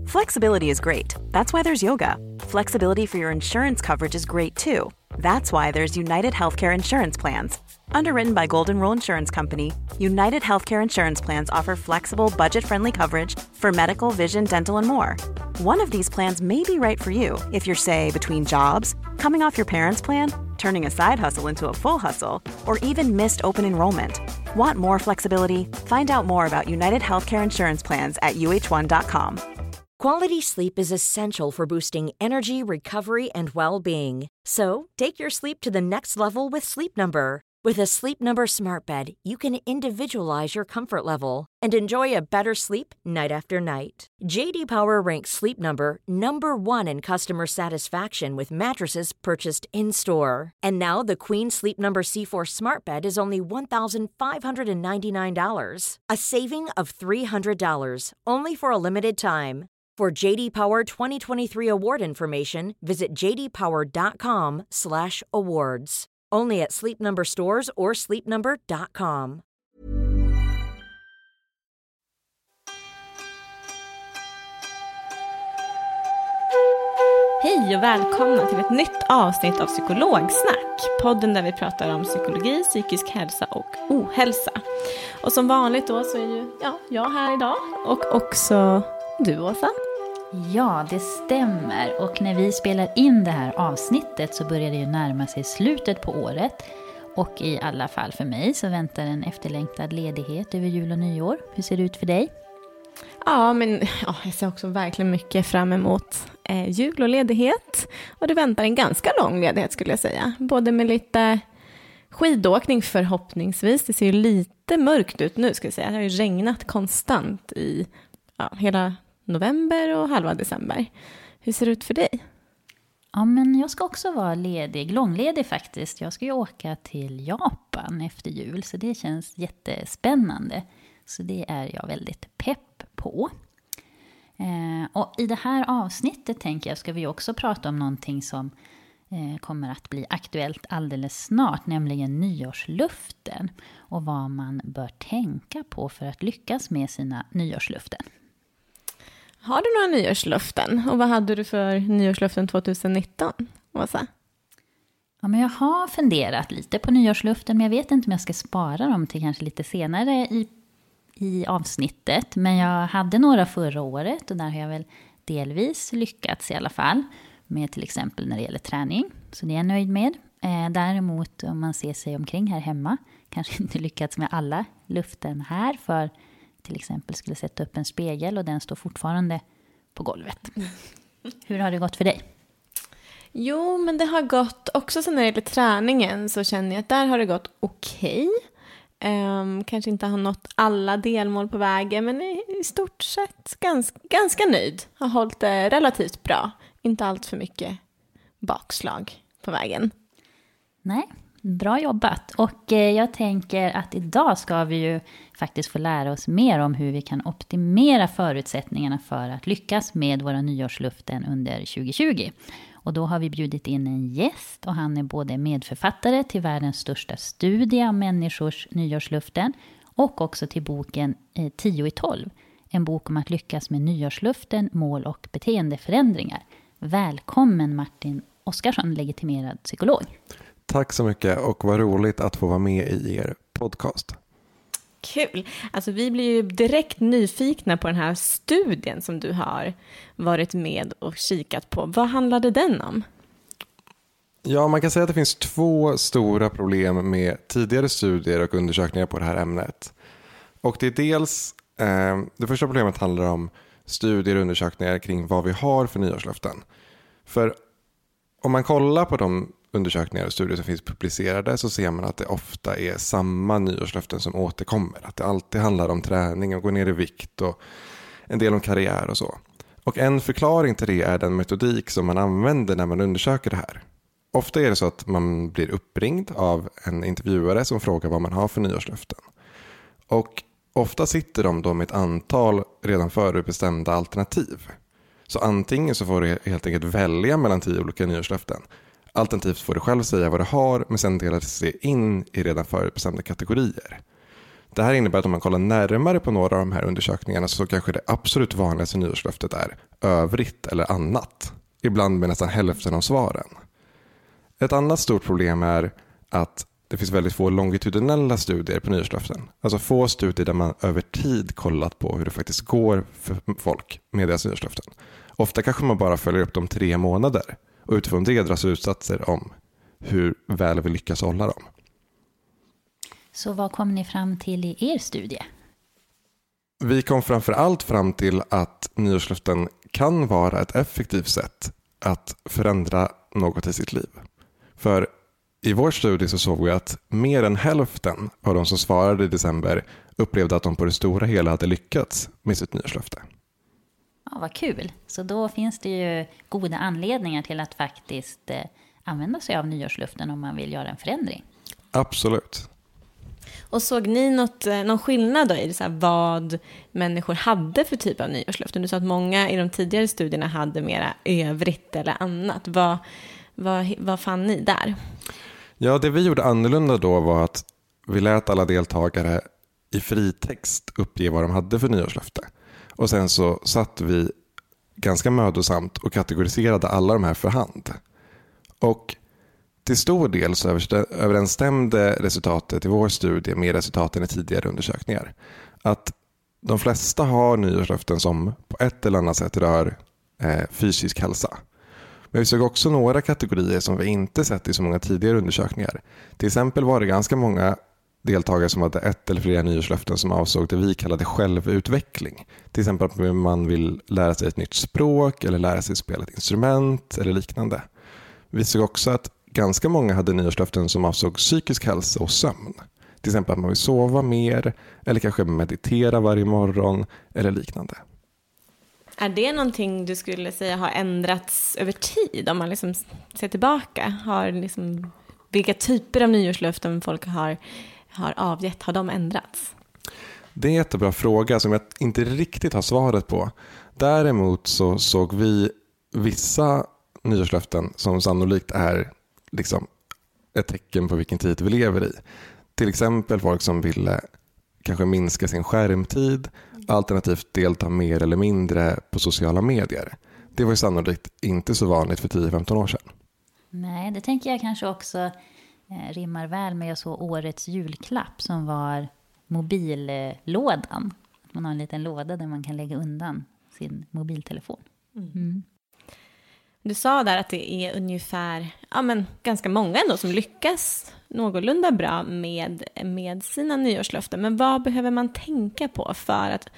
Flexibility is great. That's why there's yoga. Flexibility for your insurance coverage is great too. That's why there's United Healthcare Insurance Plans. Underwritten by Golden Rule Insurance Company, United Healthcare Insurance Plans offer flexible, budget-friendly coverage for medical, vision, dental, and more. One of these plans may be right for you if you're, say, between jobs, coming off your parents' plan, turning a side hustle into a full hustle, or even missed open enrollment. Want more flexibility? Find out more about United Healthcare Insurance Plans at uh1.com. Quality sleep is essential for boosting energy, recovery, and well-being. So, take your sleep to the next level with Sleep Number. With a Sleep Number smart bed, you can individualize your comfort level and enjoy a better sleep night after night. J.D. Power ranks Sleep Number #1 in customer satisfaction with mattresses purchased in-store. And now the Queen Sleep Number C4 smart bed is only $1,599, a saving of $300, only for a limited time. For JD Power 2023 award information, visit jdpower.com/awards. Only at Sleep Number stores or sleepnumber.com. Hej och välkomna till ett nytt avsnitt av Psykologsnack. Podden där vi pratar om psykologi, psykisk hälsa och ohälsa. Och som vanligt då så är ju jag här idag och också du, Åsa. Ja, det stämmer. Och när vi spelar in det här avsnittet så börjar det ju närma sig slutet på året. Och i alla fall för mig så väntar en efterlängtad ledighet över jul och nyår. Hur ser det ut för dig? Ja, men jag ser också verkligen mycket fram emot jul och ledighet. Och det väntar en ganska lång ledighet skulle jag säga. Både med lite skidåkning förhoppningsvis. Det ser ju lite mörkt ut nu ska jag säga. Det har ju regnat konstant i hela november och halva december. Hur ser det ut för dig? Ja, men jag ska också vara ledig, långledig faktiskt. Jag ska ju åka till Japan efter jul så det känns jättespännande. Så det är jag väldigt pepp på. Och i det här avsnittet tänker jag ska vi också prata om någonting som kommer att bli aktuellt alldeles snart, nämligen nyårsluften och vad man bör tänka på för att lyckas med sina nyårsluften. Har du några nyårslöften? Och vad hade du för nyårslöften 2019, Åsa? Ja, men jag har funderat lite på nyårslöften, men jag vet inte om jag ska spara dem till kanske lite senare i avsnittet. Men jag hade några förra året och där har jag väl delvis lyckats i alla fall. Med till exempel när det gäller träning, så det är jag nöjd med. Däremot om man ser sig omkring här hemma, kanske inte lyckats med alla luften här för till exempel skulle sätta upp en spegel och den står fortfarande på golvet. Hur har det gått för dig? Jo, men det har gått också så när det gäller träningen så känner jag att där har det gått okej. Kanske inte har nått alla delmål på vägen men i stort sett ganska nöjd. Har hållit det relativt bra. Inte allt för mycket bakslag på vägen. Nej, bra jobbat. Och jag tänker att idag ska vi ju faktiskt få lära oss mer om hur vi kan optimera förutsättningarna för att lyckas med våra nyårsluften under 2020. Och då har vi bjudit in en gäst och han är både medförfattare till världens största studie om människors nyårsluften och också till boken 10 i 12. En bok om att lyckas med nyårsluften, mål och beteendeförändringar. Välkommen Martin Oskarsson, legitimerad psykolog. Tack så mycket och vad roligt att få vara med i er podcast. Kul. Alltså vi blir ju direkt nyfikna på den här studien som du har varit med och kikat på. Vad handlade den om? Ja, man kan säga att det finns 2 stora problem med tidigare studier och undersökningar på det här ämnet. Och det är dels, det första problemet handlar om studier och undersökningar kring vad vi har för nyårslöften. För om man kollar på de undersökningar och studier som finns publicerade så ser man att det ofta är samma nyårslöften som återkommer. Att det alltid handlar om träning och gå ner i vikt och en del om karriär och så. Och en förklaring till det är den metodik som man använder när man undersöker det här. Ofta är det så att man blir uppringd av en intervjuare som frågar vad man har för nyårslöften. Och ofta sitter de då med ett antal redan förutbestämda alternativ. Så antingen så får du helt enkelt välja mellan 10 olika nyårslöften. Alternativt får du själv säga vad du har men sen delas det in i redan förutbestämda kategorier. Det här innebär att om man kollar närmare på några av de här undersökningarna så kanske det absolut vanligaste nyårslöftet är övrigt eller annat. Ibland med nästan hälften av svaren. Ett annat stort problem är att det finns väldigt få longitudinella studier på nyårslöften. Alltså få studier där man över tid kollat på hur det faktiskt går för folk med deras nyårslöften. Ofta kanske man bara följer upp dem 3 månader och utifrån det drar slutsatser om hur väl vi lyckas hålla dem. Så vad kom ni fram till i er studie? Vi kom framför allt fram till att nyårslöften kan vara ett effektivt sätt att förändra något i sitt liv. För i vår studie så såg vi att mer än hälften av de som svarade i december upplevde att de på det stora hela hade lyckats med sitt nyårslöfte. Ja, vad kul. Så då finns det ju goda anledningar till att faktiskt använda sig av nyårslöften om man vill göra en förändring. Absolut. Och såg ni någon skillnad då i det, så här, vad människor hade för typ av nyårslöften? Du sa att många i de tidigare studierna hade mera övrigt eller annat. Vad fann ni där? Ja, det vi gjorde annorlunda då var att vi lät alla deltagare i fritext uppge vad de hade för nyårslöfte. Och sen så satt vi ganska mödosamt och kategoriserade alla de här för hand. Och till stor del så överensstämde resultatet i vår studie med resultaten i tidigare undersökningar. Att de flesta har nyårslöften som på ett eller annat sätt rör fysisk hälsa. Men vi såg också några kategorier som vi inte sett i så många tidigare undersökningar. Till exempel var det ganska många deltagare som hade ett eller flera nyårslöften som avsåg det vi kallade självutveckling. Till exempel att man vill lära sig ett nytt språk eller lära sig spela ett instrument eller liknande. Vi såg också att ganska många hade nyårslöften som avsåg psykisk hälsa och sömn. Till exempel att man vill sova mer eller kanske meditera varje morgon eller liknande. Är det någonting du skulle säga har ändrats över tid om man liksom ser tillbaka? Har liksom, vilka typer av nyårslöften folk har avgett, har de ändrats? Det är en jättebra fråga som jag inte riktigt har svaret på. Däremot så såg vi vissa nyårslöften som sannolikt är liksom ett tecken på vilken tid vi lever i. Till exempel folk som ville kanske minska sin skärmtid, alternativt delta mer eller mindre på sociala medier. Det var ju sannolikt inte så vanligt för 10-15 år sedan. Nej, det tänker jag kanske också rimmar väl med så årets julklapp som var mobillådan. Man har en liten låda där man kan lägga undan sin mobiltelefon. Mm. Du sa där att det är ungefär, ganska många ändå som lyckas någorlunda bra med sina nyårslöften. Men vad behöver man tänka på för att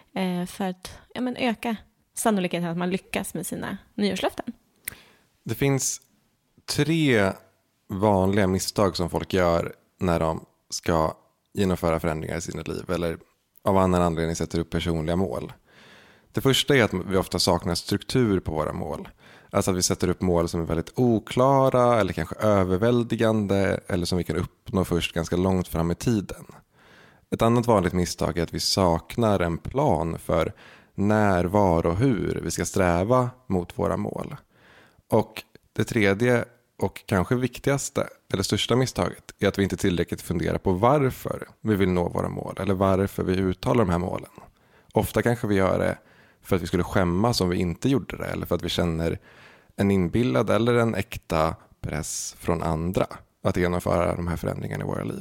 öka sannolikheten att man lyckas med sina nyårslöften? Det finns 3 vanliga misstag som folk gör när de ska genomföra förändringar i sina liv eller av annan anledning sätter upp personliga mål. Det första är att vi ofta saknar struktur på våra mål. Alltså att vi sätter upp mål som är väldigt oklara eller kanske överväldigande eller som vi kan uppnå först ganska långt fram i tiden. Ett annat vanligt misstag är att vi saknar en plan för när, var och hur vi ska sträva mot våra mål. Och det tredje och kanske viktigaste eller största misstaget är att vi inte tillräckligt funderar på varför vi vill nå våra mål eller varför vi uttalar de här målen. Ofta kanske vi gör det för att vi skulle skämmas om vi inte gjorde det eller för att vi känner en inbillad eller en äkta press från andra att genomföra de här förändringarna i våra liv.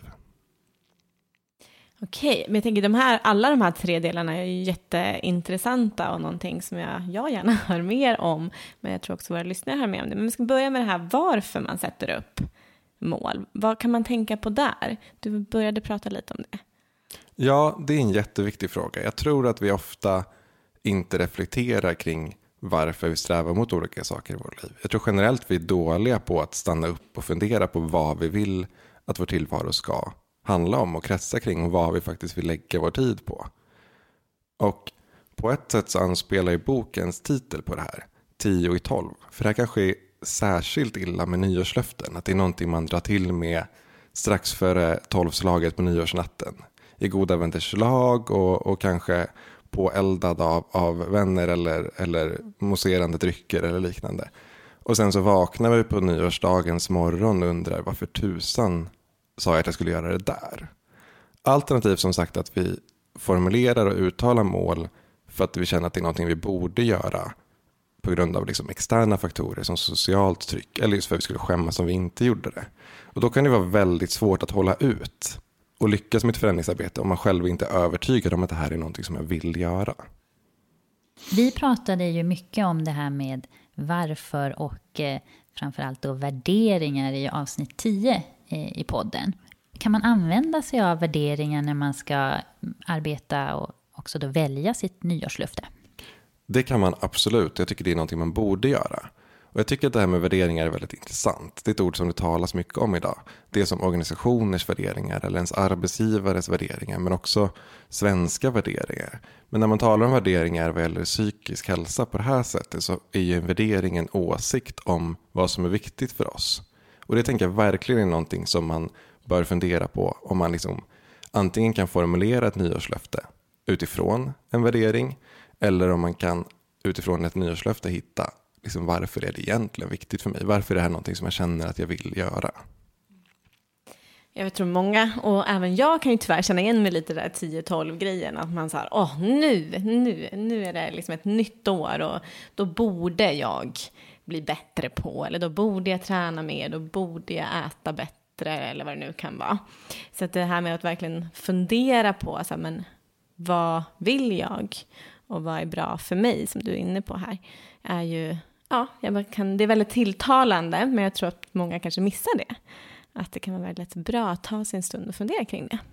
Okej, men jag tänker alla de här 3 delarna är ju jätteintressanta och någonting som jag gärna hör mer om, men jag tror också våra lyssnare hör mer om det. Men vi ska börja med det här varför man sätter upp mål. Vad kan man tänka på där? Du började prata lite om det. Ja, det är en jätteviktig fråga. Jag tror att vi ofta inte reflekterar kring varför vi strävar mot olika saker i vårt liv. Jag tror generellt vi är dåliga på att stanna upp och fundera på vad vi vill att vår tillvaro ska handla om och kretsa kring och vad vi faktiskt vill lägga vår tid på. Och på ett sätt så anspelar ju bokens titel på det här, 10 i 12. För det här kanske är särskilt illa med nyårslöften, att det är någonting man drar till med strax före 12-slaget på nyårsnatten. I goda vänters lag och kanske påeldad av vänner eller mousserande drycker eller liknande. Och sen så vaknar vi på nyårsdagens morgon och undrar varför tusan sa jag att jag skulle göra det där. Alternativt som sagt att vi formulerar och uttalar mål för att vi känner att det är någonting vi borde göra på grund av liksom externa faktorer som socialt tryck eller just för att vi skulle skämmas om vi inte gjorde det. Och då kan det vara väldigt svårt att hålla ut och lyckas med ett förändringsarbete om man själv inte är övertygad om att det här är någonting som jag vill göra. Vi pratade ju mycket om det här med varför och framförallt då värderingar i avsnitt 10 i podden. Kan man använda sig av värderingar när man ska arbeta och också då välja sitt nyårslöfte? Det kan man absolut. Jag tycker det är någonting man borde göra. Och jag tycker att det här med värderingar är väldigt intressant. Det är ett ord som det talas mycket om idag. Det är som organisationers värderingar eller ens arbetsgivares värderingar men också svenska värderingar. Men när man talar om värderingar vad gäller psykisk hälsa på det här sättet så är ju en värdering en åsikt om vad som är viktigt för oss. Och det tänker jag verkligen är någonting som man bör fundera på om man liksom antingen kan formulera ett nyårslöfte utifrån en värdering eller om man kan utifrån ett nyårslöfte hitta liksom varför är det egentligen viktigt för mig? Varför är det här någonting som jag känner att jag vill göra? Jag tror många, och även jag kan ju tyvärr känna igen mig lite där 10-12-grejen. Att man säger, nu är det liksom ett nytt år och då borde jag bli bättre på. Eller då borde jag träna mer, då borde jag äta bättre eller vad det nu kan vara. Så att det här med att verkligen fundera på, så här, men vad vill jag? Och vad är bra för mig som du är inne på här är ju, det är väldigt tilltalande men jag tror att många kanske missar det. Att det kan vara väldigt bra att ta sig en stund och fundera kring det.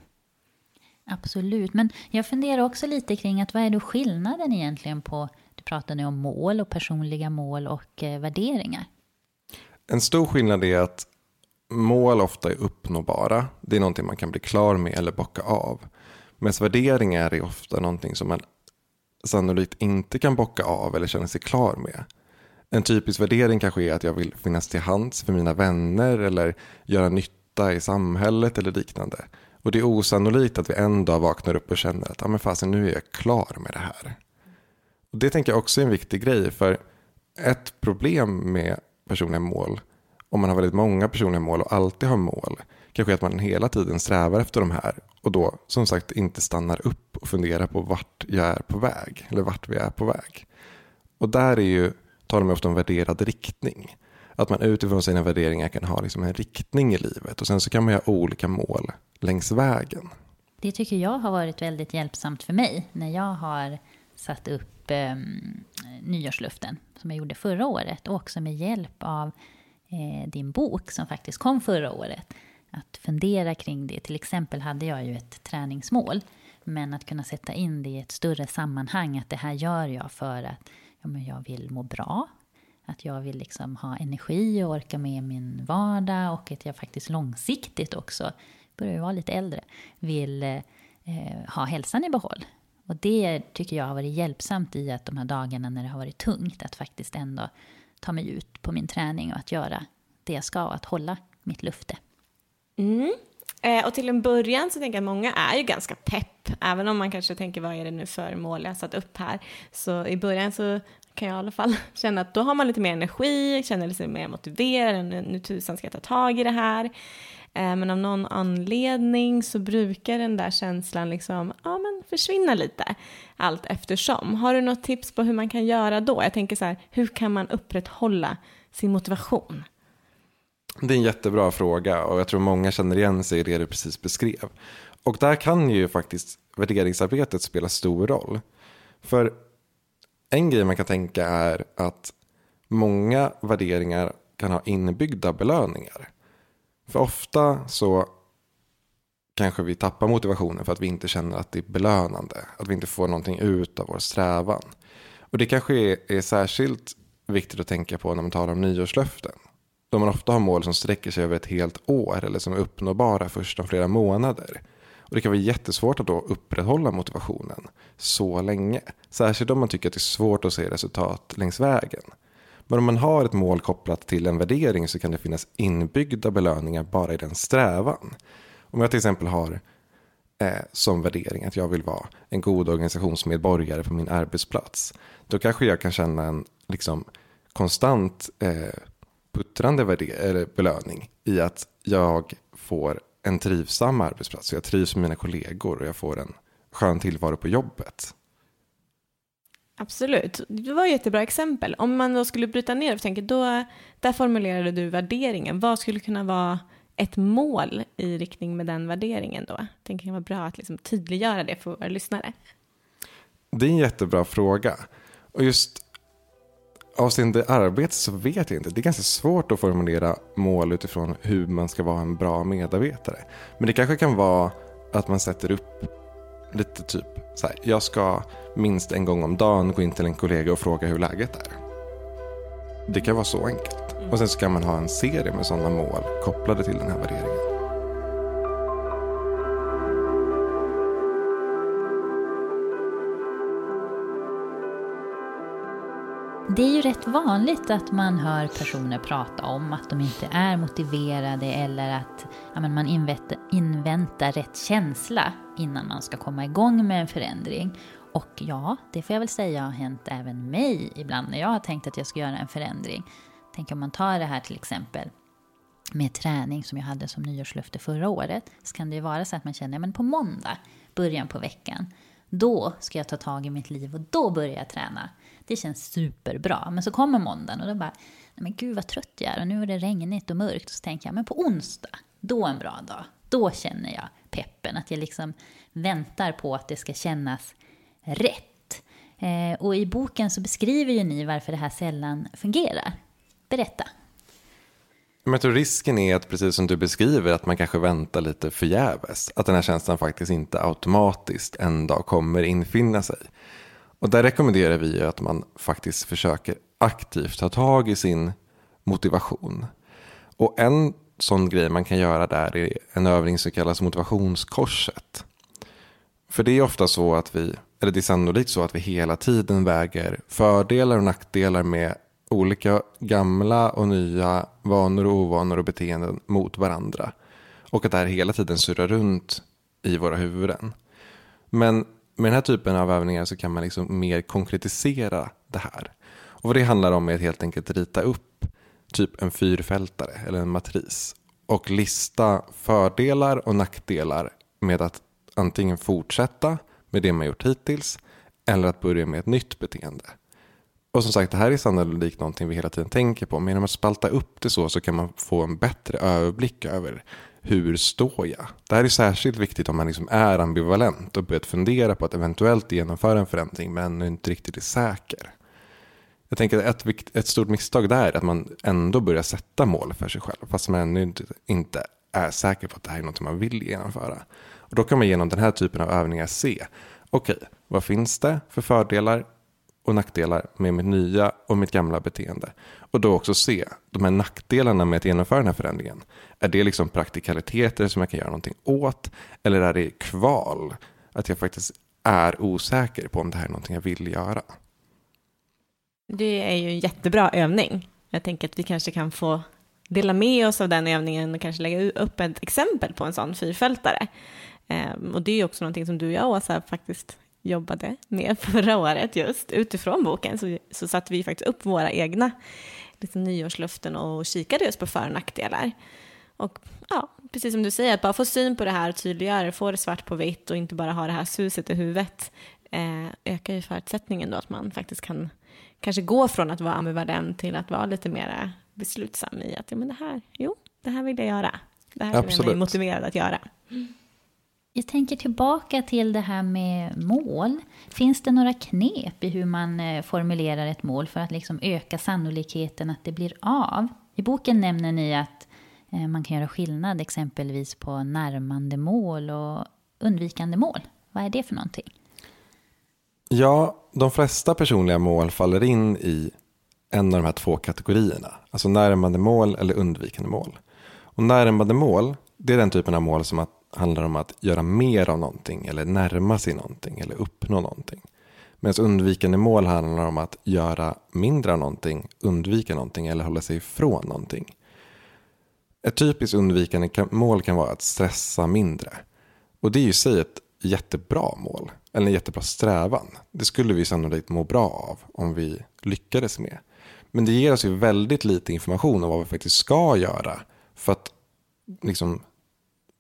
Absolut, men jag funderar också lite kring att vad är då skillnaden egentligen på, du pratade om mål och personliga mål och värderingar. En stor skillnad är att mål ofta är uppnåbara. Det är någonting man kan bli klar med eller bocka av. Men värderingar är ofta någonting som man sannolikt inte kan bocka av eller känna sig klar med. En typisk värdering kanske är att jag vill finnas till hands för mina vänner eller göra nytta i samhället eller liknande. Och det är osannolikt att vi en dag vaknar upp och känner att nu är jag klar med det här. Och det tänker jag också är en viktig grej, för ett problem med personliga mål, om man har väldigt många personliga mål och alltid har mål, kanske är att man hela tiden strävar efter de här och då som sagt inte stannar upp och funderar på vart jag är på väg eller vart vi är på väg. Och där talar man ofta om värderad riktning. Att man utifrån sina värderingar kan ha liksom en riktning i livet och sen så kan man ha olika mål längs vägen. Det tycker jag har varit väldigt hjälpsamt för mig när jag har satt upp nyårslöften som jag gjorde förra året och också med hjälp av din bok som faktiskt kom förra året. Att fundera kring det. Till exempel hade jag ju ett träningsmål. Men att kunna sätta in det i ett större sammanhang. Att det här gör jag för att jag vill må bra. Att jag vill liksom ha energi och orka med min vardag. Och att jag faktiskt långsiktigt också, börjar vara lite äldre, vill ha hälsan i behåll. Och det tycker jag har varit hjälpsamt i att de här dagarna när det har varit tungt. Att faktiskt ändå ta mig ut på min träning och att göra det jag ska. Och att hålla mitt löfte. Mm. Och till en början så tänker jag att många är ju ganska pepp. Även om man kanske tänker vad är det nu för mål jag satt upp här. Så i början så kan jag i alla fall känna att då har man lite mer energi. Känner lite mer motiverad. Nu tusan ska jag ta tag i det här. Men av någon anledning så brukar den där känslan liksom, försvinna lite allt eftersom. Har du något tips på hur man kan göra då? Jag tänker så här, hur kan man upprätthålla sin motivation? Det är en jättebra fråga och jag tror många känner igen sig i det du precis beskrev. Och där kan ju faktiskt värderingsarbetet spela stor roll. För en grej man kan tänka är att många värderingar kan ha inbyggda belöningar. För ofta så kanske vi tappar motivationen för att vi inte känner att det är belönande. Att vi inte får någonting ut av vår strävan. Och det kanske är särskilt viktigt att tänka på när man talar om nyårslöften. Då man ofta har mål som sträcker sig över ett helt år eller som är uppnåbara först om flera månader. Och det kan vara jättesvårt att då upprätthålla motivationen så länge. Särskilt om man tycker att det är svårt att se resultat längs vägen. Men om man har ett mål kopplat till en värdering så kan det finnas inbyggda belöningar bara i den strävan. Om jag till exempel har som värdering att jag vill vara en god organisationsmedborgare på min arbetsplats. Då kanske jag kan känna en konstant puttrande belöning i att jag får en trivsam arbetsplats. Jag trivs med mina kollegor och jag får en skön tillvaro på jobbet. Absolut. Det var ett jättebra exempel. Om man då skulle bryta ner och tänka, där formulerade du värderingen. Vad skulle kunna vara ett mål i riktning med den värderingen då? Jag tänker det var bra att liksom tydliggöra det för våra lyssnare. Det är en jättebra fråga. Och just avseende arbete så vet jag inte. Det är ganska svårt att formulera mål utifrån hur man ska vara en bra medarbetare. Men det kanske kan vara att man sätter upp lite typ så här, jag ska minst en gång om dagen gå in till en kollega och fråga hur läget är. Det kan vara så enkelt. Och sen så kan man ha en serie med sådana mål kopplade till den här värderingen. Det är ju rätt vanligt att man hör personer prata om att de inte är motiverade eller att man inväntar rätt känsla innan man ska komma igång med en förändring. Och ja, det får jag väl säga har hänt även mig ibland när jag har tänkt att jag ska göra en förändring. Tänk om man tar det här till exempel med träning som jag hade som nyårslöfte förra året. Så kan det ju vara så att man känner, men på måndag, början på veckan, då ska jag ta tag i mitt liv och då börjar jag träna. Det känns superbra. Men så kommer måndagen och då bara, nej men gud vad trött jag är och nu är det regnigt och mörkt. Och så tänker jag, men på onsdag, då är en bra dag. Då känner jag peppen, att jag liksom väntar på att det ska kännas rätt. Och i boken så beskriver ju ni varför det här sällan fungerar. Berätta. Men jag tror risken är att precis som du beskriver att man kanske väntar lite förgäves. Att den här känslan faktiskt inte automatiskt en dag kommer infinna sig. Och där rekommenderar vi ju att man faktiskt försöker aktivt ta tag i sin motivation. Och en sån grej man kan göra där är en övning som kallas motivationskorset. För det är ofta så att det är sannolikt så att vi hela tiden väger fördelar och nackdelar med olika gamla och nya vanor och ovanor och beteenden mot varandra. Och att det här hela tiden surrar runt i våra huvuden. Men med den här typen av övningar så kan man liksom mer konkretisera det här. Och vad det handlar om är att helt enkelt rita upp typ en fyrfältare eller en matris. Och lista fördelar och nackdelar med att antingen fortsätta med det man gjort hittills eller att börja med ett nytt beteende. Och som sagt, det här är sannolikt någonting vi hela tiden tänker på. Men genom att spalta upp det så kan man få en bättre överblick över hur står jag. Det här är särskilt viktigt om man liksom är ambivalent och börjat fundera på att eventuellt genomföra en förändring men ännu inte riktigt är säker. Jag tänker att ett stort misstag där är att man ändå börjar sätta mål för sig själv fast man ännu inte är säker på att det här är något man vill genomföra. Och då kan man genom den här typen av övningar se, okej, vad finns det för fördelar och nackdelar med mitt nya och mitt gamla beteende. Och då också se de här nackdelarna med att genomföra den här förändringen. Är det liksom praktikaliteter som jag kan göra någonting åt? Eller är det kval? Att jag faktiskt är osäker på om det här är någonting jag vill göra. Det är ju en jättebra övning. Jag tänker att vi kanske kan få dela med oss av den övningen och kanske lägga upp ett exempel på en sån fyrfältare. Och det är ju också någonting som du och jag, Åsa, faktiskt jobbade med förra året just utifrån boken. Så satte vi faktiskt upp våra egna nyårslöften och kikade just på för- och nackdelar. Och ja, precis som du säger, att bara få syn på det här, tydliggöra, få det svart på vitt och inte bara ha det här suset i huvudet ökar ju förutsättningen då att man faktiskt kan kanske gå från att vara ambivalent till att vara lite mer beslutsam i att men det här vill jag göra. Det här är jag motiverad att göra. Jag tänker tillbaka till det här med mål. Finns det några knep i hur man formulerar ett mål för att liksom öka sannolikheten att det blir av? I boken nämner ni att man kan göra skillnad exempelvis på närmande mål och undvikande mål. Vad är det för någonting? Ja, de flesta personliga mål faller in i en av de här två kategorierna. Alltså närmande mål eller undvikande mål. Och närmande mål, det är den typen av mål som handlar om att göra mer av någonting eller närma sig någonting eller uppnå någonting. Medan undvikande mål handlar om att göra mindre av någonting, undvika någonting eller hålla sig ifrån någonting. Ett typiskt undvikande mål kan vara att stressa mindre. Och det är ju sig ett jättebra mål eller en jättebra strävan. Det skulle vi sannolikt må bra av om vi lyckades med. Men det ger oss ju väldigt lite information om vad vi faktiskt ska göra för att liksom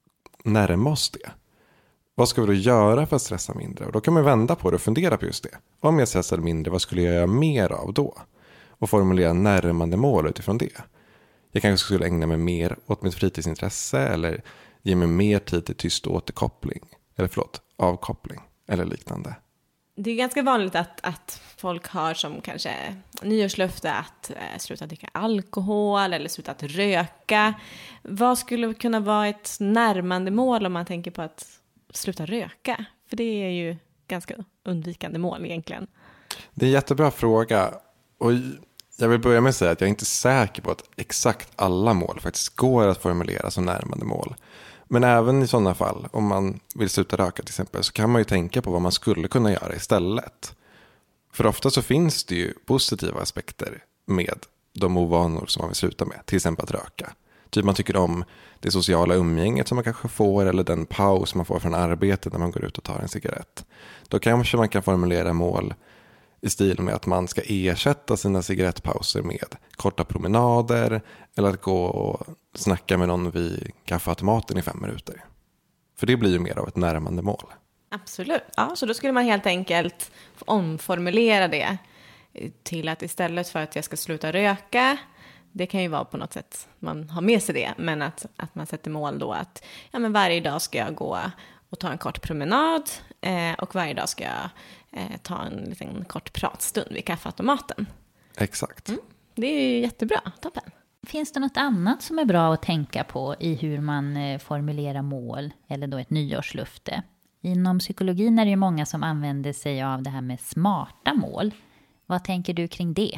närma oss det. Vad ska vi då göra för att stressa mindre? Och då kan man vända på det och fundera på just det. Om jag stressar mindre, vad skulle jag göra mer av då? Och formulera närmande mål utifrån det. Jag kanske skulle ägna mig mer åt mitt fritidsintresse eller ge mig mer tid till tyst återkoppling. Eller avkoppling eller liknande. Det är ganska vanligt att folk har som kanske nyårslöfte att sluta dricka alkohol eller sluta att röka. Vad skulle kunna vara ett närmande mål om man tänker på att sluta röka? För det är ju ganska undvikande mål egentligen. Det är en jättebra fråga. Och jag vill börja med att säga att jag är inte säker på att exakt alla mål faktiskt går att formulera som närmande mål. Men även i sådana fall, om man vill sluta röka till exempel, så kan man ju tänka på vad man skulle kunna göra istället. För ofta så finns det ju positiva aspekter med de ovanor som man vill sluta med. Till exempel att röka. Typ man tycker om det sociala umgänget som man kanske får eller den paus man får från arbetet när man går ut och tar en cigarett. Då kanske man kan formulera mål i stil med att man ska ersätta sina cigarettpauser med korta promenader eller att gå och snacka med någon vid kaffeautomaten i 5 minuter. För det blir ju mer av ett närmande mål. Absolut. Ja, så då skulle man helt enkelt omformulera det till att istället för att jag ska sluta röka, det kan ju vara på något sätt man har med sig det, men att man sätter mål då att men varje dag ska jag gå och ta en kort promenad och varje dag ska jag ta en liten kort pratstund vid kaffeautomaten. Exakt. Det är ju jättebra, toppen. Finns det något annat som är bra att tänka på i hur man formulerar mål eller då ett nyårslöfte? Inom psykologin är det ju många som använder sig av det här med smarta mål. Vad tänker du kring det?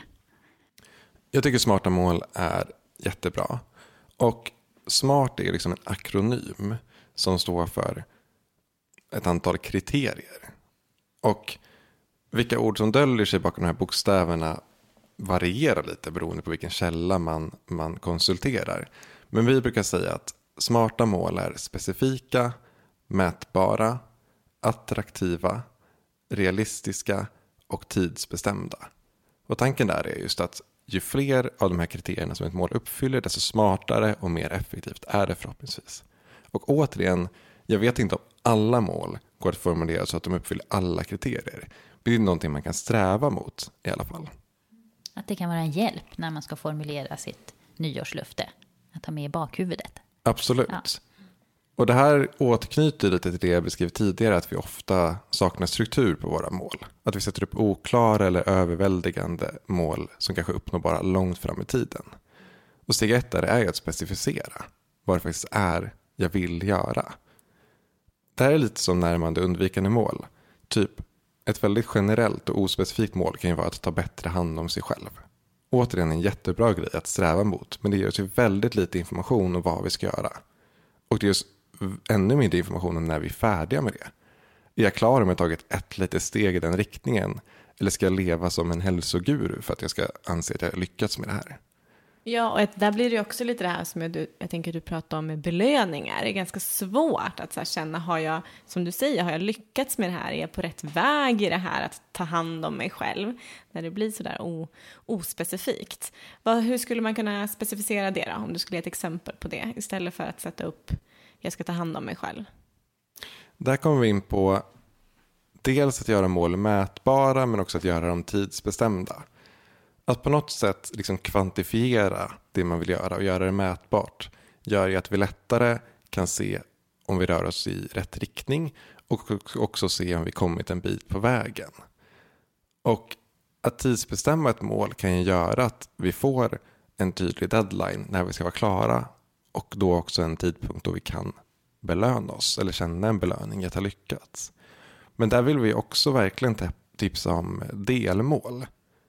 Jag tycker smarta mål är jättebra. Och SMART är liksom en akronym som står för ett antal kriterier. Och vilka ord som döljer sig bakom de här bokstäverna varierar lite beroende på vilken källa man konsulterar. Men vi brukar säga att smarta mål är specifika, mätbara, attraktiva, realistiska och tidsbestämda. Och tanken där är just att ju fler av de här kriterierna som ett mål uppfyller, desto smartare och mer effektivt är det förhoppningsvis. Och återigen, jag vet inte om alla mål går att formulera så att de uppfyller alla kriterier. Det är någonting man kan sträva mot i alla fall. Att det kan vara en hjälp när man ska formulera sitt nyårslöfte. Att ha med i bakhuvudet. Absolut. Ja. Och det här återknyter lite till det jag beskrev tidigare, att vi ofta saknar struktur på våra mål. Att vi sätter upp oklara eller överväldigande mål som kanske uppnår bara långt fram i tiden. Och steg 1 är ju att specificera vad det faktiskt är jag vill göra. Det här är lite som närmande undvikande mål. Typ ett väldigt generellt och ospecifikt mål kan ju vara att ta bättre hand om sig själv. Återigen en jättebra grej att sträva mot, men det ger oss ju väldigt lite information om vad vi ska göra. Och det ger oss ännu mindre information om när vi är färdiga med det. Är jag klar om jag tagit ett litet steg i den riktningen? Eller ska jag leva som en hälsoguru för att jag ska anse att jag lyckats med det här? Ja, och där blir det också lite det här som jag tänker du pratar om med belöningar. Det är ganska svårt att så här känna, har jag, som du säger, har jag lyckats med det här? Är jag på rätt väg i det här att ta hand om mig själv? När det blir så där ospecifikt. Hur skulle man kunna specificera det då? Om du skulle ge ett exempel på det istället för att sätta upp, jag ska ta hand om mig själv. Där kommer vi in på dels att göra mål mätbara men också att göra dem tidsbestämda. Att på något sätt liksom kvantifiera det man vill göra och göra det mätbart gör ju att vi lättare kan se om vi rör oss i rätt riktning och också se om vi kommit en bit på vägen. Och att tidsbestämma ett mål kan ju göra att vi får en tydlig deadline när vi ska vara klara och då också en tidpunkt då vi kan belöna oss eller känna en belöning att ha lyckats. Men där vill vi också verkligen tipsa om delmål.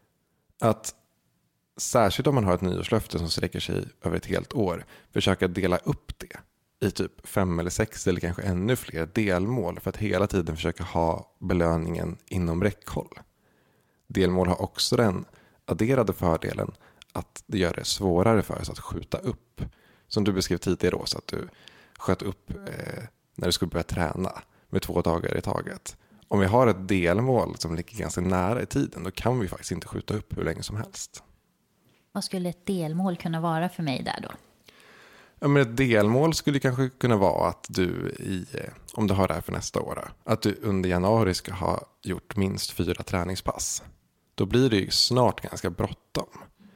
Att särskilt om man har ett nyårslöfte som sträcker sig över ett helt år, försöka dela upp det i typ 5 eller 6 eller kanske ännu fler delmål för att hela tiden försöka ha belöningen inom räckhåll. Delmål har också den adderade fördelen att det gör det svårare för oss att skjuta upp. Som du beskrev tidigare då, så att du sköt upp när du skulle börja träna med 2 dagar i taget. Om vi har ett delmål som ligger ganska nära i tiden, då kan vi faktiskt inte skjuta upp hur länge som helst. Vad skulle ett delmål kunna vara för mig där då? Ja, men ett delmål skulle kanske kunna vara att du om du har det här för nästa år, att du under januari ska ha gjort minst 4 träningspass. Då blir det ju snart ganska bråttom.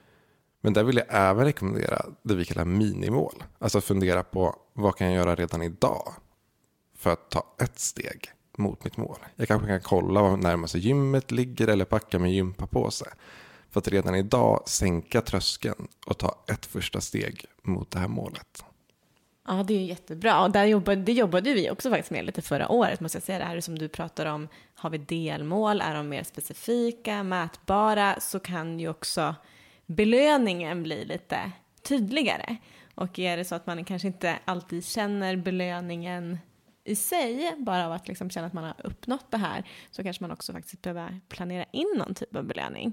Men där vill jag även rekommendera det vi kallar minimål. Alltså fundera på vad kan jag göra redan idag för att ta ett steg mot mitt mål. Jag kanske kan kolla var närmaste gymmet ligger eller packa min gympapåse. För att redan idag sänka tröskeln och ta ett första steg mot det här målet. Ja, det är jättebra. Och det jobbade vi också faktiskt med lite förra året. Måste jag säga, det här som du pratar om. Har vi delmål? Är de mer specifika, mätbara? Så kan ju också belöningen bli lite tydligare. Och är det så att man kanske inte alltid känner belöningen i sig, bara av att liksom känna att man har uppnått det här, så kanske man också faktiskt behöver planera in någon typ av belöning.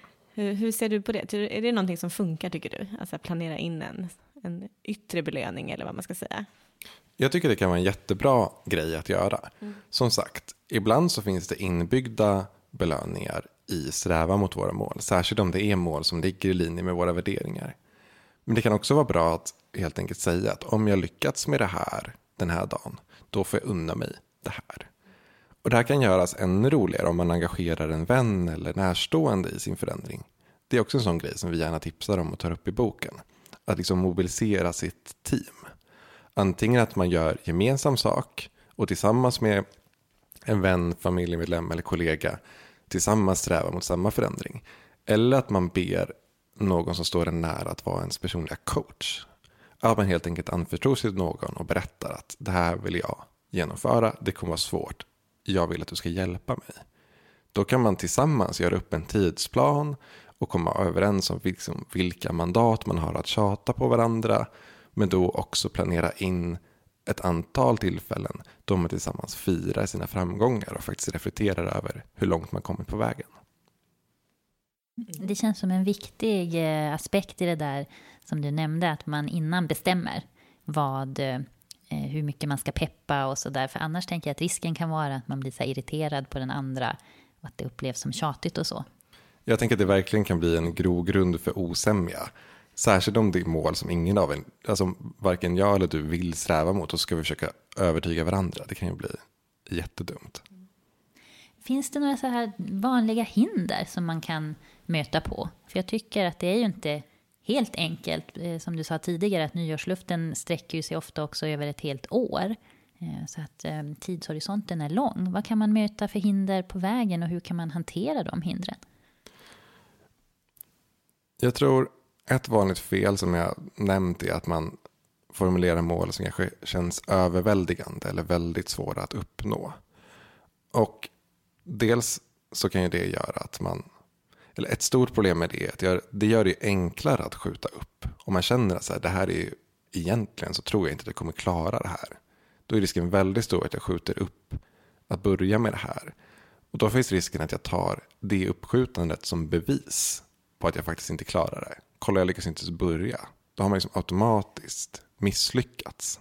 Hur ser du på det? Är det någonting som funkar, tycker du? Alltså planera in en yttre belöning eller vad man ska säga? Jag tycker det kan vara en jättebra grej att göra. Som sagt, ibland så finns det inbyggda belöningar i strävan mot våra mål. Särskilt om det är mål som ligger i linje med våra värderingar. Men det kan också vara bra att helt enkelt säga att om jag lyckats med det här den här dagen, då får jag unna mig det här. Och det här kan göras ännu roligare om man engagerar en vän eller närstående i sin förändring. Det är också en sån grej som vi gärna tipsar om och tar upp i boken. Att liksom mobilisera sitt team. Antingen att man gör gemensam sak och tillsammans med en vän, familjemedlem eller kollega tillsammans sträva mot samma förändring. Eller att man ber någon som står en nära att vara ens personliga coach. Att man helt enkelt anförtror sig till någon och berättar att det här vill jag genomföra, det kommer vara svårt. Jag vill att du ska hjälpa mig. Då kan man tillsammans göra upp en tidsplan och komma överens om vilka mandat man har att tjata på varandra. Men då också planera in ett antal tillfällen då man tillsammans firar sina framgångar och faktiskt reflekterar över hur långt man kommit på vägen. Det känns som en viktig aspekt i det där som du nämnde, att man innan bestämmer hur mycket man ska peppa och sådär. För annars tänker jag att risken kan vara att man blir så irriterad på den andra och att det upplevs som tjatigt och så. Jag tänker att det verkligen kan bli en grogrund för osämja. Särskilt om det är mål som ingen av en, alltså varken jag eller du vill sträva mot, och ska vi försöka övertyga varandra. Det kan ju bli jättedumt. Finns det några så här vanliga hinder som man kan möta på? För jag tycker att det är ju inte helt enkelt, som du sa tidigare, att nyårsluften sträcker sig ofta också över ett helt år. Så att tidshorisonten är lång. Vad kan man möta för hinder på vägen och hur kan man hantera de hindren? Jag tror ett vanligt fel som jag nämnt är att man formulerar mål som kanske känns överväldigande eller väldigt svåra att uppnå. Och dels så kan ju det göra att eller ett stort problem med det är att det gör det enklare att skjuta upp. Om man känner att så här, det här är ju, egentligen så tror jag inte att jag kommer klara det här. Då är risken väldigt stor att jag skjuter upp att börja med det här. Och då finns risken att jag tar det uppskjutandet som bevis på att jag faktiskt inte klarar det. Kolla, jag lyckas inte ens börja. Då har man liksom automatiskt misslyckats.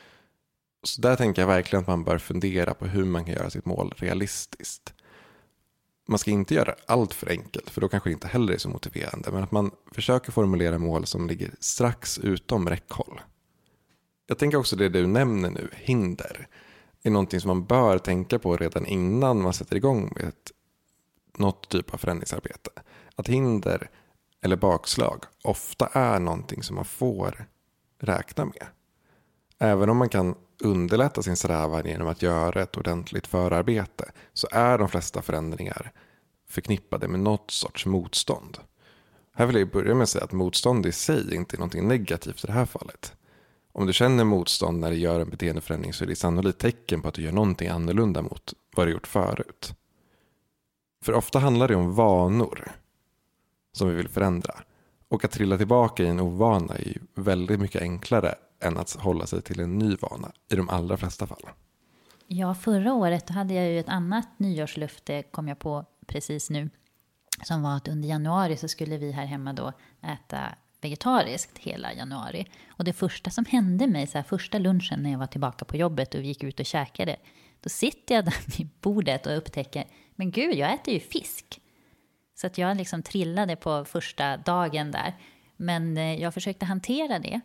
Så där tänker jag verkligen att man bör fundera på hur man kan göra sitt mål realistiskt. Man ska inte göra allt för enkelt, för då kanske det inte heller är så motiverande. Men att man försöker formulera mål som ligger strax utom räckhåll. Jag tänker också det du nämner nu, hinder, är någonting som man bör tänka på redan innan man sätter igång med något typ av förändringsarbete. Att hinder eller bakslag ofta är någonting som man får räkna med. Även om man kan underlätta sin strävan genom att göra ett ordentligt förarbete, så är de flesta förändringar förknippade med något sorts motstånd. Här vill jag börja med att säga att motstånd i sig inte är någonting negativt i det här fallet. Om du känner motstånd när du gör en beteendeförändring, så är det sannolikt tecken på att du gör någonting annorlunda mot vad du gjort förut. För ofta handlar det om vanor som vi vill förändra. Och att trilla tillbaka i en ovana är ju väldigt mycket enklare än att hålla sig till en ny vana i de allra flesta fall. Ja, förra året hade jag ju ett annat nyårslöfte, kom jag på precis nu, som var att under januari så skulle vi här hemma då äta vegetariskt hela januari. Och det första som hände mig, så här, första lunchen när jag var tillbaka på jobbet och vi gick ut och käkade, då sitter jag där vid bordet och upptäcker, men gud, jag äter ju fisk. Så att jag liksom trillade på första dagen där. Men jag försökte hantera det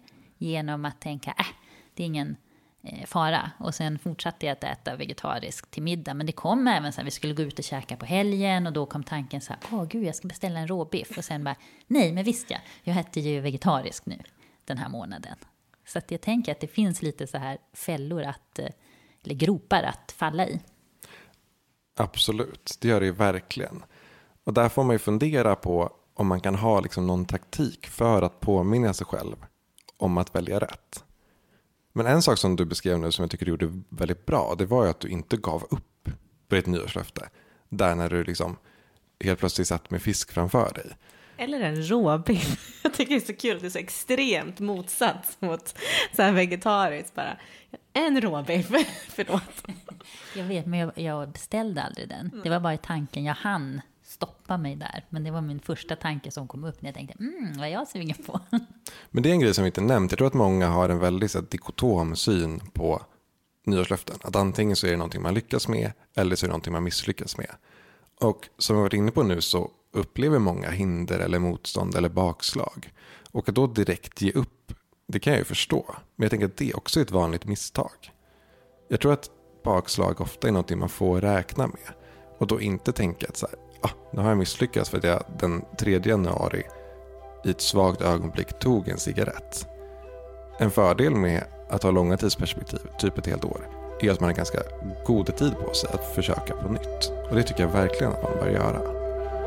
genom att tänka det är ingen fara. Och sen fortsatte jag att äta vegetariskt till middag. Men det kom även så här, vi skulle gå ut och käka på helgen. Och då kom tanken så här, gud, jag ska beställa en råbiff. Och sen bara, nej men visst jag äter ju vegetariskt nu den här månaden. Så att jag tänker att det finns lite så här fällor eller gropar att falla i. Absolut, det gör det ju verkligen. Och där får man ju fundera på om man kan ha liksom någon taktik för att påminna sig själv om att välja rätt. Men en sak som du beskrev nu som jag tycker du gjorde väldigt bra, det var ju att du inte gav upp på ditt nyårslöfte. Där när du liksom helt plötsligt satt med fisk framför dig. Eller en råbiff. Jag tycker det är så kul. Det är så extremt motsats mot så här vegetariskt bara. En råbiff, förlåt. Jag vet, men jag beställde aldrig den. Det var bara i tanken, jag hann stoppa mig där. Men det var min första tanke som kom upp när jag tänkte, vad är jag sugen på? Men det är en grej som vi inte nämnt. Jag tror att många har en väldigt så här, dikotom syn på nyårslöften. Att antingen så är det någonting man lyckas med eller så är det någonting man misslyckas med. Och som vi har varit inne på nu så upplever många hinder eller motstånd eller bakslag. Och att då direkt ge upp, det kan jag ju förstå. Men jag tänker att det också är ett vanligt misstag. Jag tror att bakslag ofta är någonting man får räkna med. Och då inte tänka att så här, nu har jag misslyckats för att jag den 3 januari i ett svagt ögonblick tog en cigarett. En fördel med att ha långa tidsperspektiv, typ ett helt år, är att man har ganska god tid på sig att försöka på nytt. Och det tycker jag verkligen att man bör göra.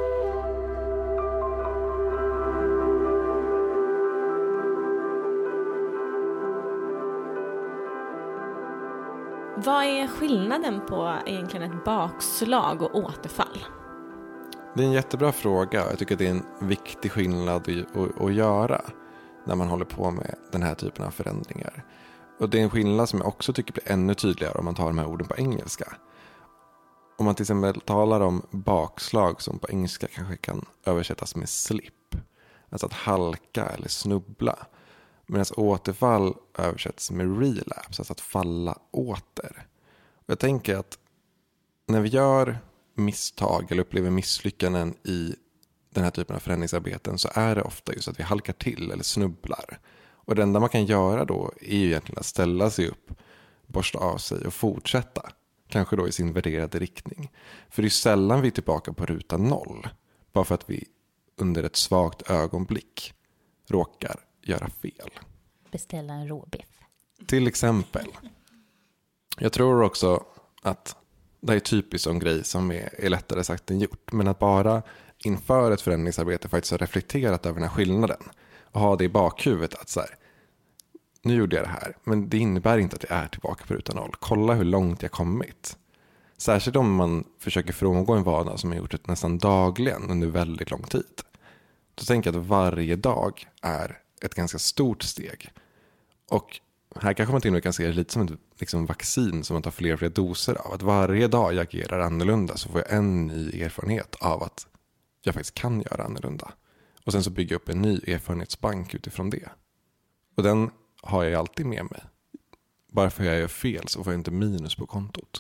Vad är skillnaden på egentligen ett bakslag och återfall? Det är en jättebra fråga. Jag tycker att det är en viktig skillnad att göra när man håller på med den här typen av förändringar. Och det är en skillnad som jag också tycker blir ännu tydligare om man tar de här orden på engelska. Om man till exempel talar om bakslag som på engelska kanske kan översättas med slip. Alltså att halka eller snubbla. Medan återfall översätts med relapse, alltså att falla åter. Och jag tänker att när vi gör misstag eller upplever misslyckanden i den här typen av förändringsarbeten så är det ofta just att vi halkar till eller snubblar. Och det enda man kan göra då är ju egentligen att ställa sig upp, borsta av sig och fortsätta. Kanske då i sin värderade riktning. För det är sällan vi är tillbaka på ruta 0. Bara för att vi under ett svagt ögonblick råkar göra fel. Beställa en råbiff. Till exempel. Jag tror också att det är typiskt en grej som är lättare sagt än gjort. Men att bara inför ett förändringsarbete faktiskt ha reflekterat över den här skillnaden. Och ha det i bakhuvudet att så här, nu gjorde jag det här. Men det innebär inte att jag är tillbaka på ruta 0. Kolla hur långt jag kommit. Särskilt om man försöker frångå en vana som jag gjort det nästan dagligen under väldigt lång tid. Då tänker jag att varje dag är ett ganska stort steg. Och här kanske man till och med kan se det lite som ett liksom vaccin som man tar fler och fler doser av. Att varje dag jag agerar annorlunda så får jag en ny erfarenhet av att jag faktiskt kan göra annorlunda. Och sen så bygger jag upp en ny erfarenhetsbank utifrån det. Och den har jag alltid med mig. Bara för att jag gör fel så får jag inte minus på kontot.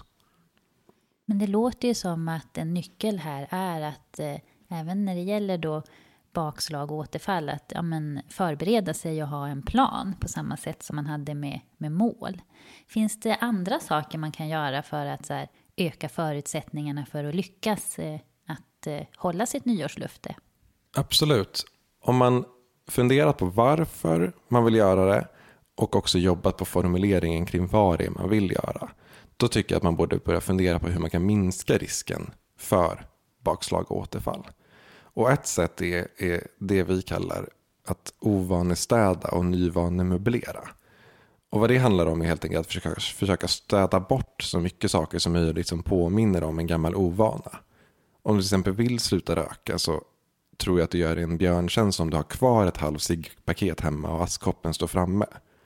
Men det låter ju som att en nyckel här är att även när det gäller då bakslag och återfall att förbereda sig och ha en plan på samma sätt som man hade med mål. Finns det andra saker man kan göra för att så här, öka förutsättningarna för att lyckas att hålla sitt nyårslöfte? Absolut. Om man funderar på varför man vill göra det och också jobbat på formuleringen kring vad det är man vill göra, då tycker jag att man borde börja fundera på hur man kan minska risken för bakslag och återfall. Och ett sätt är det vi kallar att ovanestäda och nyvanemöblera. Och vad det handlar om är helt enkelt att försöka städa bort så mycket saker som möjligt som påminner om en gammal ovana. Om du till exempel vill sluta röka så tror jag att du gör en björntjänst om du har kvar ett halv ciggpaket hemma och askkoppen står framme.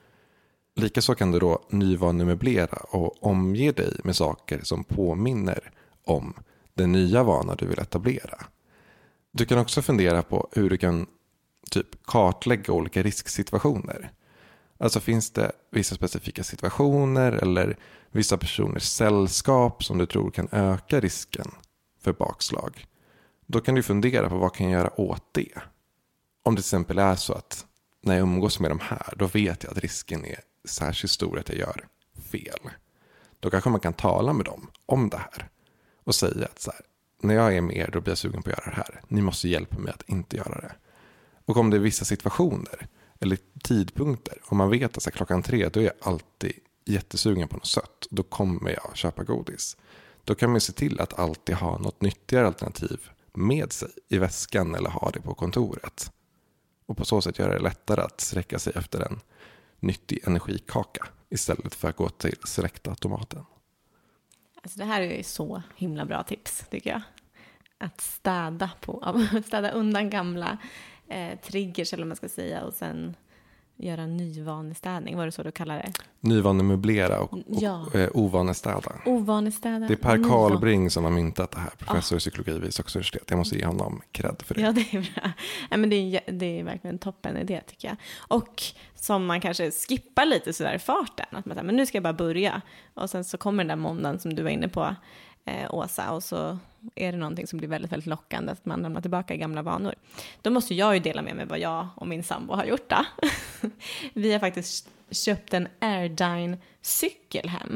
Likaså kan du då nyvanemöblera och omge dig med saker som påminner om den nya vana du vill etablera. Du kan också fundera på hur du kan typ kartlägga olika risksituationer. Alltså finns det vissa specifika situationer eller vissa personers sällskap som du tror kan öka risken för bakslag. Då kan du fundera på vad kan jag göra åt det. Om det till exempel är så att när jag umgås med de här, då vet jag att risken är särskilt stor att jag gör fel. Då kanske man kan tala med dem om det här och säga att så här, när jag är med er, då blir jag sugen på att göra det här. Ni måste hjälpa mig att inte göra det. Och om det är vissa situationer eller tidpunkter, om man vet att så här, 3:00, då är jag alltid jättesugen på något sött. Då kommer jag köpa godis. Då kan man se till att alltid ha något nyttigare alternativ med sig i väskan eller ha det på kontoret. Och på så sätt gör det lättare att sträcka sig efter en nyttig energikaka istället för att gå till släktautomaten. Alltså det här är ju så himla bra tips, tycker jag. Att städa undan gamla triggers, eller vad man ska säga, och sen göra nyvanestädning. Var det så du kallar det? Nyvanemöblera och ovanestäda. Ovanestäda. Det är Per Karlbring som har myntat det här, professor i psykologi vid Stockholms universitet. Jag måste ge honom cred för det. Ja, det är bra. Ja, men det är verkligen en toppen idé, tycker jag. Och som man kanske skippar lite sådär i farten. Att man säger, men nu ska jag bara börja. Och sen så kommer den där måndagen som du var inne på, Åsa, och så är det någonting som blir väldigt, väldigt lockande, att man lämnar tillbaka gamla vanor. Då måste jag ju dela med mig vad jag och min sambo har gjort då. Vi har faktiskt köpt en Airdyne-cykel hem.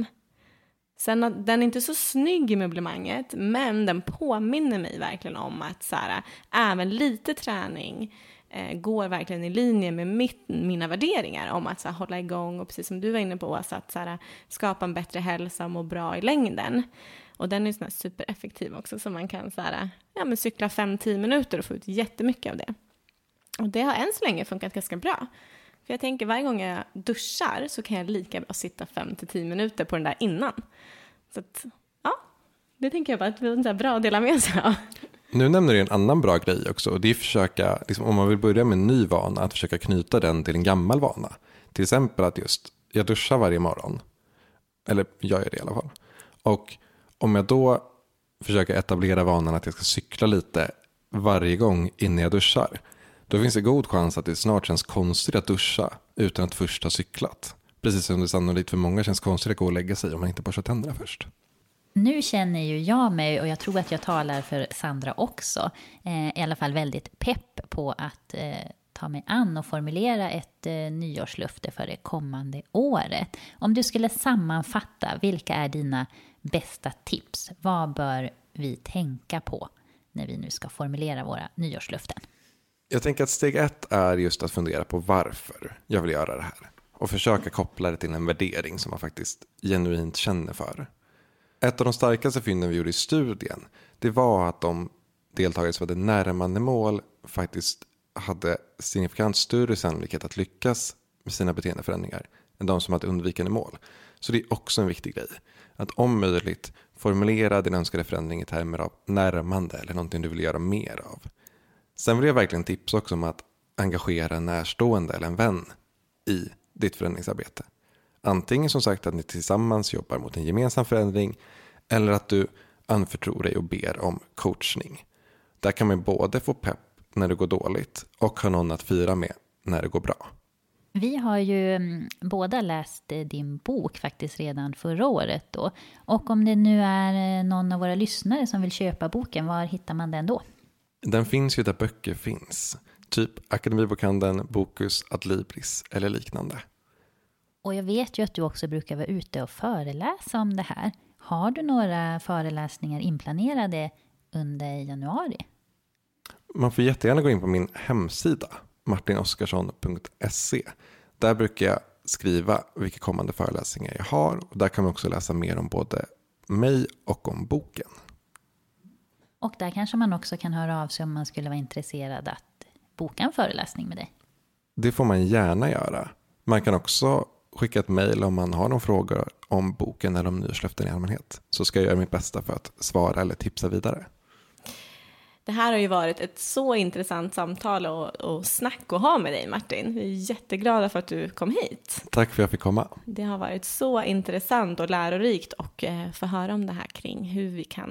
Sen, den är inte så snygg i möblemanget, men den påminner mig verkligen om att så här, även lite träning går verkligen i linje med mina värderingar om att så här, hålla igång, och precis som du var inne på, så att så här, skapa en bättre hälsa och må bra i längden. Och den är så här supereffektiv också, så man kan så här, cykla 5-10 minuter och få ut jättemycket av det. Och det har än så länge funkat ganska bra. För jag tänker, varje gång jag duschar så kan jag lika bra sitta 5-10 minuter på den där innan. Så att, det tänker jag bara att det är en bra att dela med sig av. Nu nämner du en annan bra grej också, och det är att försöka, liksom, om man vill börja med en ny vana, att försöka knyta den till en gammal vana. Till exempel att jag duschar varje morgon. Eller jag gör det i alla fall. Och om jag då försöker etablera vanan att jag ska cykla lite varje gång innan jag duschar, då finns det god chans att det snart känns konstigt att duscha utan att först ha cyklat. Precis som det sannolikt för många känns konstigt att gå och lägga sig om man inte borstar tänderna först. Nu känner ju jag mig, och jag tror att jag talar för Sandra också, i alla fall väldigt pepp på att ta mig an och formulera ett nyårslöfte för det kommande året. Om du skulle sammanfatta, vilka är dina bästa tips? Vad bör vi tänka på när vi nu ska formulera våra nyårslöften? Jag tänker att steg 1 är just att fundera på varför jag vill göra det här. Och försöka koppla det till en värdering som man faktiskt genuint känner för. Ett av de starkaste fynden vi gjorde i studien, det var att de deltagare som hade närmande mål faktiskt hade signifikant större sannolikhet att lyckas med sina beteendeförändringar än de som hade undvikande mål. Så det är också en viktig grej. Att om möjligt formulera din önskade förändring i termer av närmande eller någonting du vill göra mer av. Sen vill jag verkligen tipsa också om att engagera en närstående eller en vän i ditt förändringsarbete. Antingen som sagt att ni tillsammans jobbar mot en gemensam förändring, eller att du anförtror dig och ber om coachning. Där kan man både få pepp när det går dåligt och ha någon att fira med när det går bra. Vi har ju båda läst din bok faktiskt redan förra året då. Och om det nu är någon av våra lyssnare som vill köpa boken, var hittar man den då? Den finns ju där böcker finns. Typ Akademibokhandeln, Bokus, Adlibris eller liknande. Och jag vet ju att du också brukar vara ute och föreläsa om det här. Har du några föreläsningar inplanerade under januari? Man får jättegärna gå in på min hemsida, martinoskarsson.se. Där brukar jag skriva vilka kommande föreläsningar jag har. Och där kan man också läsa mer om både mig och om boken. Och där kanske man också kan höra av sig om man skulle vara intresserad att boka en föreläsning med dig. Det får man gärna göra. Man kan också skicka ett mejl om man har någon fråga om boken eller om nyårslöften i allmänhet. Så ska jag göra mitt bästa för att svara eller tipsa vidare. Det här har ju varit ett så intressant samtal och snack att ha med dig, Martin. Vi är jätteglada för att du kom hit. Tack för att jag fick komma. Det har varit så intressant och lärorikt och få höra om det här kring hur vi kan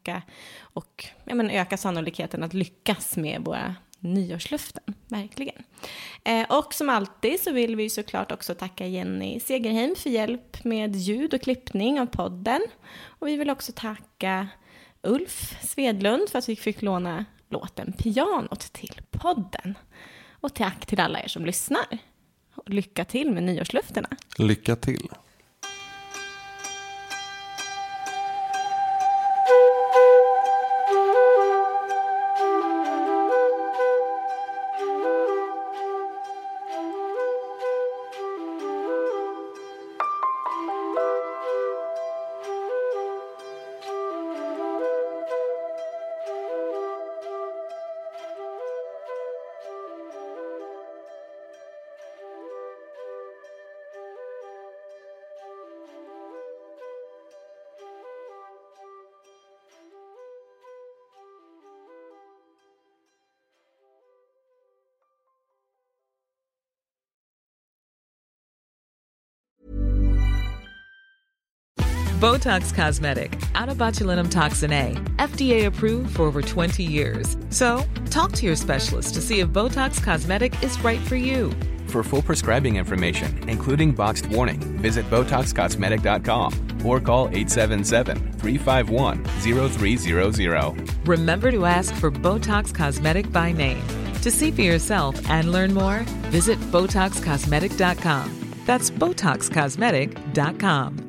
öka sannolikheten att lyckas med våra nyårslöften, verkligen. Och som alltid så vill vi såklart också tacka Jenny Segerheim för hjälp med ljud och klippning av podden. Och vi vill också tacka Ulf Svedlund för att vi fick låna låten Pianot till podden. Och tack till alla er som lyssnar. Lycka till med nyårslufterna. Lycka till. Botox Cosmetic, out of botulinum toxin A, FDA approved for over 20 years. So, talk to your specialist to see if Botox Cosmetic is right for you. For full prescribing information, including boxed warning, visit BotoxCosmetic.com or call 877-351-0300. Remember to ask for Botox Cosmetic by name. To see for yourself and learn more, visit BotoxCosmetic.com. That's BotoxCosmetic.com.